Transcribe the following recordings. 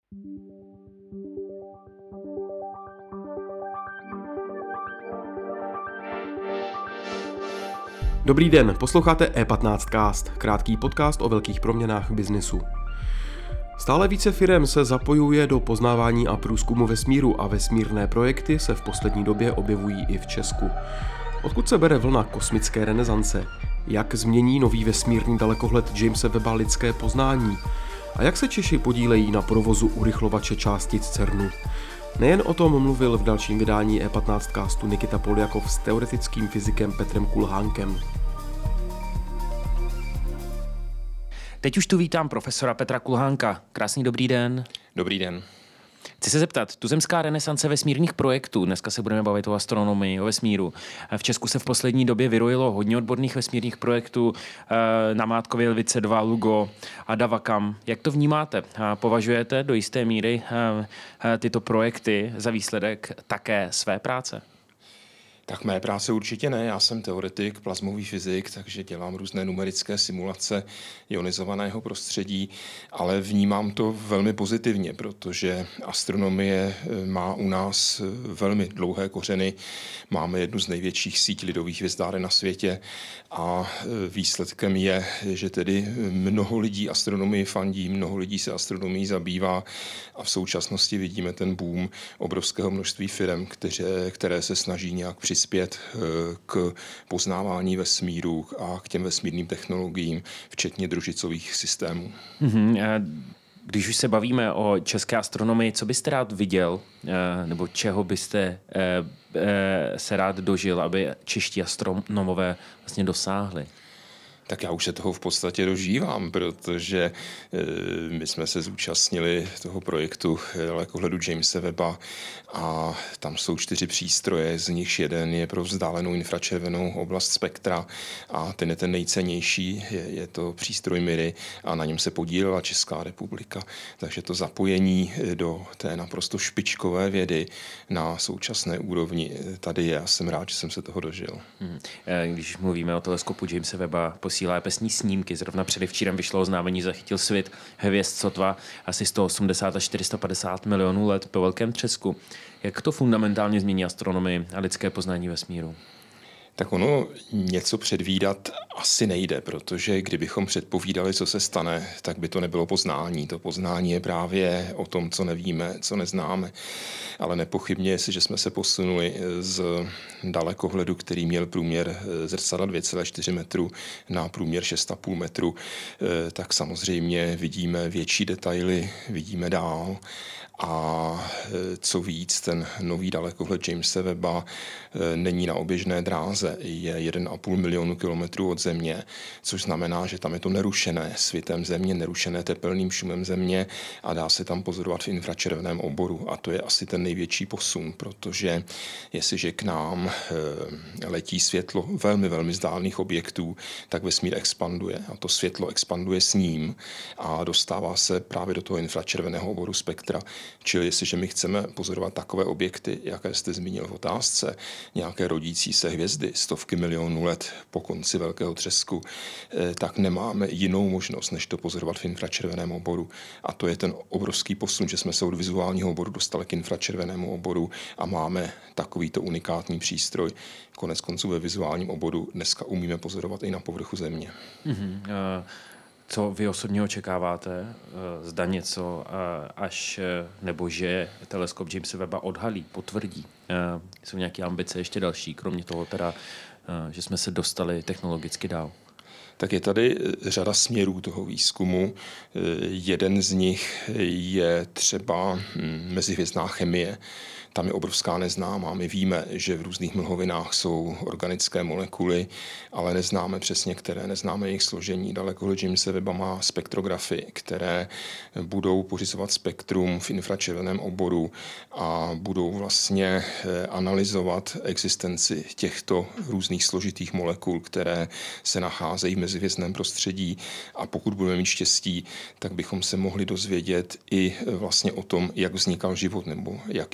Dobrý den, posloucháte E15cast, krátký podcast o velkých proměnách v biznisu. Stále více firem se zapojuje do poznávání a průzkumu vesmíru a vesmírné projekty se v poslední době objevují i v Česku. Odkud se bere vlna kosmické renesance? Jak změní nový vesmírný dalekohled Jamese Webba lidské poznání? A jak se Češi podílejí na provozu urychlovače částic CERNu? Nejen o tom mluvil v dalším vydání E15castu Nikita Poljakov s teoretickým fyzikem Petrem Kulhánkem. Teď už tu vítám profesora Petra Kulhánka. Krásný dobrý den. Dobrý den. Chci se zeptat, tuzemská renesance vesmírných projektů, dneska se budeme bavit o astronomii, o vesmíru. V Česku se v poslední době vyrojilo hodně odborných vesmírných projektů, Namátkově Lvice 2, LUGO a Davakam. Jak to vnímáte? Považujete do jisté míry tyto projekty za výsledek také své práce? Tak mé práce určitě ne, já jsem teoretik, plazmový fyzik, takže dělám různé numerické simulace ionizovaného prostředí, ale vnímám to velmi pozitivně, protože astronomie má u nás velmi dlouhé kořeny, máme jednu z největších sítí lidových hvězdáren na světě a výsledkem je, že tedy mnoho lidí astronomii fandí, mnoho lidí se astronomií zabývá a v současnosti vidíme ten boom obrovského množství firem, které se snaží nějak přispět k poznávání vesmíru a k těm vesmírným technologiím, včetně družicových systémů. Když už se bavíme o české astronomii, co byste rád viděl, nebo čeho byste se rád dožil, aby čeští astronomové vlastně dosáhli? Tak já už se toho v podstatě dožívám, protože my jsme se zúčastnili toho projektu dalekohledu Jamese Webba a tam jsou 4 přístroje, z nichž jeden je pro vzdálenou infračervenou oblast spektra a ten je ten nejcennější, je to přístroj MIRI a na něm se podílela Česká republika. Takže to zapojení do té naprosto špičkové vědy na současné úrovni tady je a jsem rád, že jsem se toho dožil. Když mluvíme o teleskopu Jamese Webba, posílá pesní snímky. Zrovna předevčírem vyšlo oznámení, zachytil svět hvězd sotva asi 180 až 450 milionů let po velkém třesku. Jak to fundamentálně změní astronomii a lidské poznání vesmíru? Tak ono něco předvídat asi nejde, protože kdybychom předpovídali, co se stane, tak by to nebylo poznání. To poznání je právě o tom, co nevíme, co neznáme. Ale nepochybně, jestliže jsme se posunuli z dalekohledu, který měl průměr zrcadla 2,4 metru na průměr 6,5 metru, tak samozřejmě vidíme větší detaily, vidíme dál. A co víc, ten nový dalekohled Jamese Webba není na oběžné dráze, je 1,5 milionu kilometrů od Země, což znamená, že tam je to nerušené svitem Země, nerušené tepelným šumem Země a dá se tam pozorovat v infračerveném oboru. A to je asi ten největší posun, protože jestliže k nám letí světlo velmi, velmi vzdálených objektů, tak vesmír expanduje a to světlo expanduje s ním a dostává se právě do toho infračerveného oboru spektra. Čili jestliže my chceme pozorovat takové objekty, jaké jste zmínil v otázce, nějaké rodící se hvězdy, stovky milionů let po konci velkého třesku, tak nemáme jinou možnost, než to pozorovat v infračerveném oboru. A to je ten obrovský posun, že jsme se od vizuálního oboru dostali k infračervenému oboru a máme takovýto unikátní přístroj. Konec konců ve vizuálním oboru dneska umíme pozorovat i na povrchu Země. Co vy osobně očekáváte? Zda něco až nebo že teleskop Jamese Webba odhalí, potvrdí? Jsou nějaké ambice ještě další, kromě toho teda, že jsme se dostali technologicky dál? Tak je tady řada směrů toho výzkumu. Jeden z nich je třeba mezihvězdná chemie. Tam je obrovská neznámá. My víme, že v různých mlhovinách jsou organické molekuly, ale neznáme přesně které, neznáme jejich složení. Dalekohled Jamese Webba má spektrografy, které budou pořizovat spektrum v infračerveném oboru a budou vlastně analyzovat existenci těchto různých složitých molekul, které se nacházejí v mezihvězdném prostředí. A pokud budeme mít štěstí, tak bychom se mohli dozvědět i vlastně o tom, jak vznikal život nebo jakým způsobem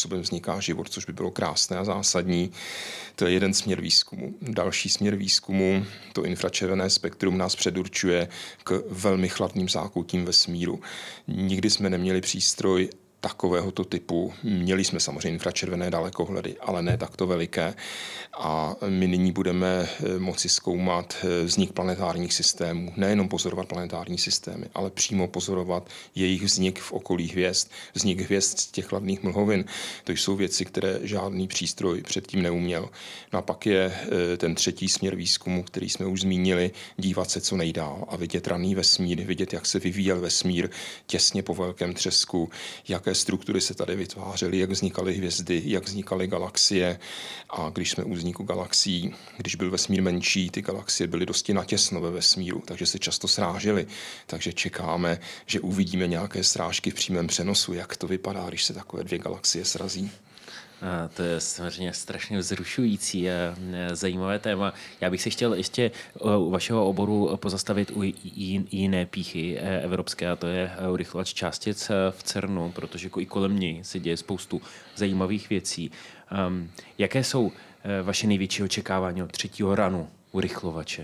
způsobem vzniká život, což by bylo krásné a zásadní. To je jeden směr výzkumu. Další směr výzkumu, to infračervené spektrum nás předurčuje k velmi chladným zákoutím vesmíru. Nikdy jsme neměli přístroj takovéhoto typu. Měli jsme samozřejmě infračervené dalekohledy, ale ne takto veliké. A my nyní budeme moci zkoumat vznik planetárních systémů. Nejenom pozorovat planetární systémy, ale přímo pozorovat jejich vznik v okolí hvězd, vznik hvězd z těch chladných mlhovin. To jsou věci, které žádný přístroj předtím neuměl. No a pak je ten třetí směr výzkumu, který jsme už zmínili, dívat se co nejdál a vidět raný vesmír, vidět, jak se vyvíjel vesmír těsně po velkém třesku, jaké struktury se tady vytvářely, jak vznikaly hvězdy, jak vznikaly galaxie. A když jsme u vzniku galaxií, když byl vesmír menší, ty galaxie byly dosti natěsno ve vesmíru, takže se často srážely. Takže čekáme, že uvidíme nějaké srážky v přímém přenosu, jak to vypadá, když se takové dvě galaxie srazí. A to je samozřejmě strašně vzrušující a zajímavé téma. Já bych se chtěl ještě u vašeho oboru pozastavit u jiné pýchy evropské, a to je urychlovač částic v CERNu, protože i kolem něj se děje spoustu zajímavých věcí. Jaké jsou vaše největší očekávání od třetího runu urychlovače?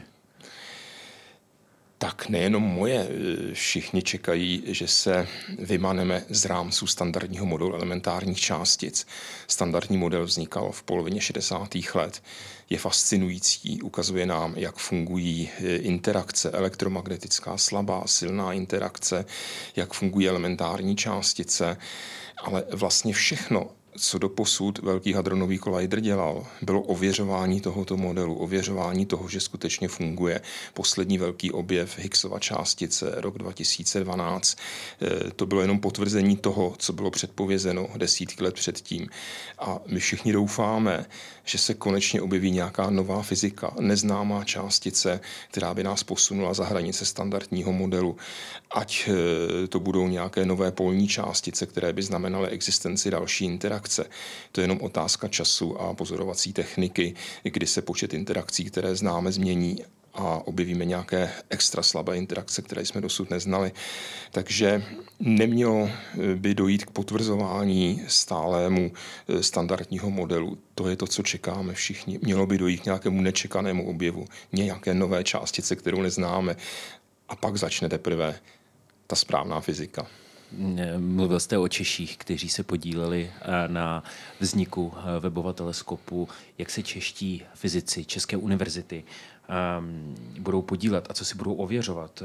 Tak nejenom moje, všichni čekají, že se vymaneme z rámců standardního modelu elementárních částic. Standardní model vznikal v polovině 60. let. Je fascinující, ukazuje nám, jak fungují interakce, elektromagnetická, slabá, silná interakce, jak fungují elementární částice, ale vlastně všechno, co doposud Velký hadronový kolider dělal, bylo ověřování tohoto modelu, ověřování toho, že skutečně funguje. Poslední velký objev Higgsova částice, rok 2012, to bylo jenom potvrzení toho, co bylo předpovězeno desítky let předtím. A my všichni doufáme, že se konečně objeví nějaká nová fyzika, neznámá částice, která by nás posunula za hranice standardního modelu. Ať to budou nějaké nové polní částice, které by znamenaly existenci další interakce. To je jenom otázka času a pozorovací techniky, kdy se počet interakcí, které známe, změní a objevíme nějaké extra slabé interakce, které jsme dosud neznali. Takže nemělo by dojít k potvrzování stálému standardního modelu. To je to, co čekáme všichni. Mělo by dojít k nějakému nečekanému objevu, nějaké nové částice, kterou neznáme. A pak začne teprve ta správná fyzika. Mluvil jste o Češích, kteří se podíleli na vzniku Webbova teleskopu. Jak se čeští fyzici České univerzity budou podílet a co si budou ověřovat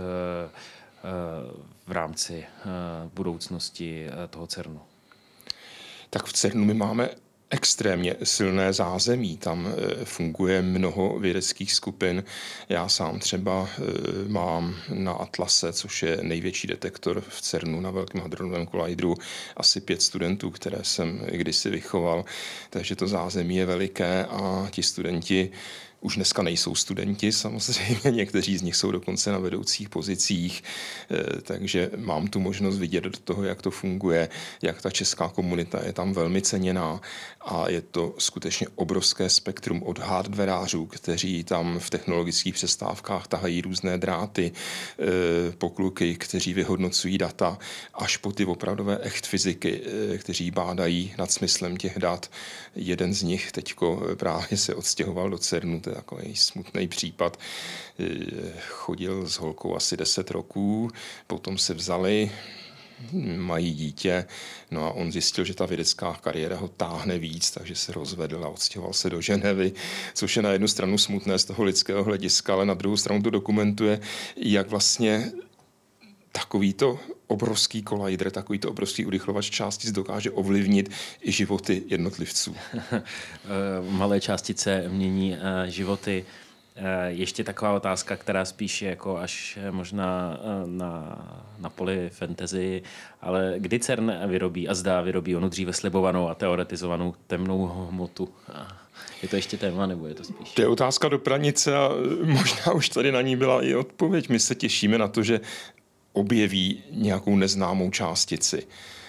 v rámci budoucnosti toho CERNu? Tak v CERNu my máme extrémně silné zázemí. Tam funguje mnoho vědeckých skupin. Já sám třeba mám na Atlase, což je největší detektor v CERNu na Velkém hadronovém kolideru, asi 5 studentů, které jsem kdysi vychoval. Takže to zázemí je veliké a ti studenti už dneska nejsou studenti, samozřejmě někteří z nich jsou dokonce na vedoucích pozicích, takže mám tu možnost vidět do toho, jak to funguje, jak ta česká komunita je tam velmi ceněná a je to skutečně obrovské spektrum od hardwarářů, kteří tam v technologických přestávkách tahají různé dráty, po kluky, kteří vyhodnocují data, až po ty opravdové echt fyziky, kteří bádají nad smyslem těch dat. Jeden z nich teďko právě se odstěhoval do CERNu, to je takový smutný případ. Chodil s holkou asi 10 roků, potom se vzali, mají dítě, no a on zjistil, že ta vědecká kariéra ho táhne víc, takže se rozvedl a odstěhoval se do Ženevy, což je na jednu stranu smutné z toho lidského hlediska, ale na druhou stranu to dokumentuje, jak vlastně takovýto obrovský kolider, takovýto obrovský urychlovač částic dokáže ovlivnit i životy jednotlivců. Malé částice mění životy. Ještě taková otázka, která spíš je jako až možná na poli fantasy, ale kdy CERN vyrobí a zdá vyrobí onu dříve slibovanou a teoretizovanou temnou hmotu? Je to ještě téma, nebo je to spíš? To je otázka do pranice a možná už tady na ní byla i odpověď. My se těšíme na to, že objeví nějakou neznámou částici.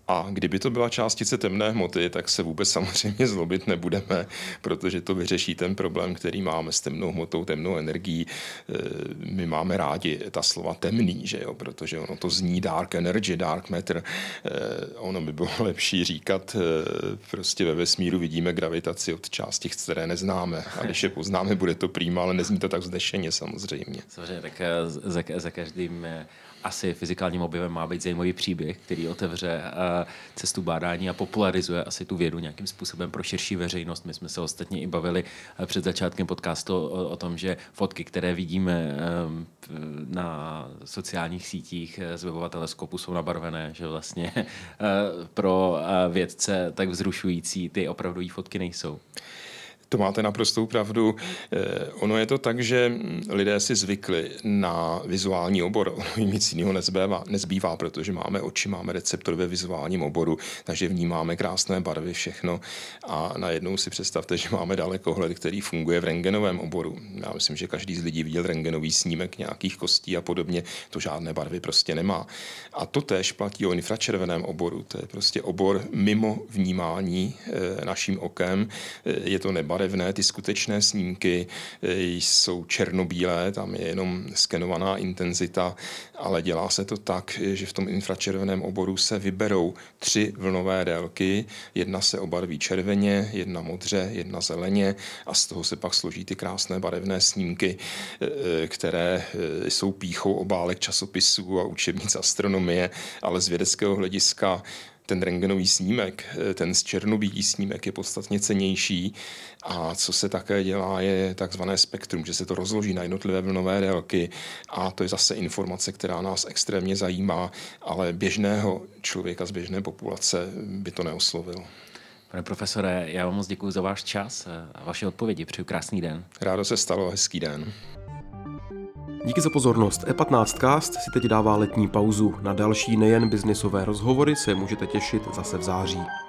A kdyby to byla částice temné hmoty, tak se vůbec samozřejmě zlobit nebudeme, protože to vyřeší ten problém, který máme s temnou hmotou, temnou energií. My máme rádi ta slova temný, že jo? Protože ono to zní dark energy, dark matter. Ono by bylo lepší říkat, prostě ve vesmíru vidíme gravitaci od částic, které neznáme. A když je poznáme, bude to prýma, ale nezní to tak vzdešeně samozřejmě. Samozřejmě, tak za každým asi fyzikálním objevem má být zajímavý příběh, který otevře cestu bádání a popularizuje asi tu vědu nějakým způsobem pro širší veřejnost. My jsme se ostatně i bavili před začátkem podcastu o tom, že fotky, které vidíme na sociálních sítích z webového teleskopu, jsou nabarvené, že vlastně pro vědce tak vzrušující ty opravdové fotky nejsou. To máte naprostou pravdu. Ono je to tak, že lidé si zvykli na vizuální obor. Ono jim nic jiného nezbývá, protože máme oči, máme receptory ve vizuálním oboru, takže vnímáme krásné barvy, všechno. A najednou si představte, že máme dalekohled, který funguje v rentgenovém oboru. Já myslím, že každý z lidí viděl rentgenový snímek nějakých kostí a podobně. To žádné barvy prostě nemá. A to též platí o infračerveném oboru. To je prostě obor mimo vnímání naším okem. Je to nebarevné, ty skutečné snímky jsou černobílé, tam je jenom skenovaná intenzita, ale dělá se to tak, že v tom infračerveném oboru se vyberou 3 vlnové délky, jedna se obarví červeně, jedna modře, jedna zeleně a z toho se pak složí ty krásné barevné snímky, které jsou pýchou obálek časopisů a učebnic astronomie, ale z vědeckého hlediska ten rentgenový snímek, ten černobílý snímek je podstatně cennější a co se také dělá je takzvané spektrum, že se to rozloží na jednotlivé vlnové délky a to je zase informace, která nás extrémně zajímá, ale běžného člověka z běžné populace by to neoslovilo. Pane profesore, já vám moc děkuji za váš čas a vaše odpovědi. Přeju krásný den. Rádo se stalo, hezký den. Díky za pozornost. E15cast si teď dává letní pauzu. Na další nejen biznisové rozhovory se můžete těšit zase v září.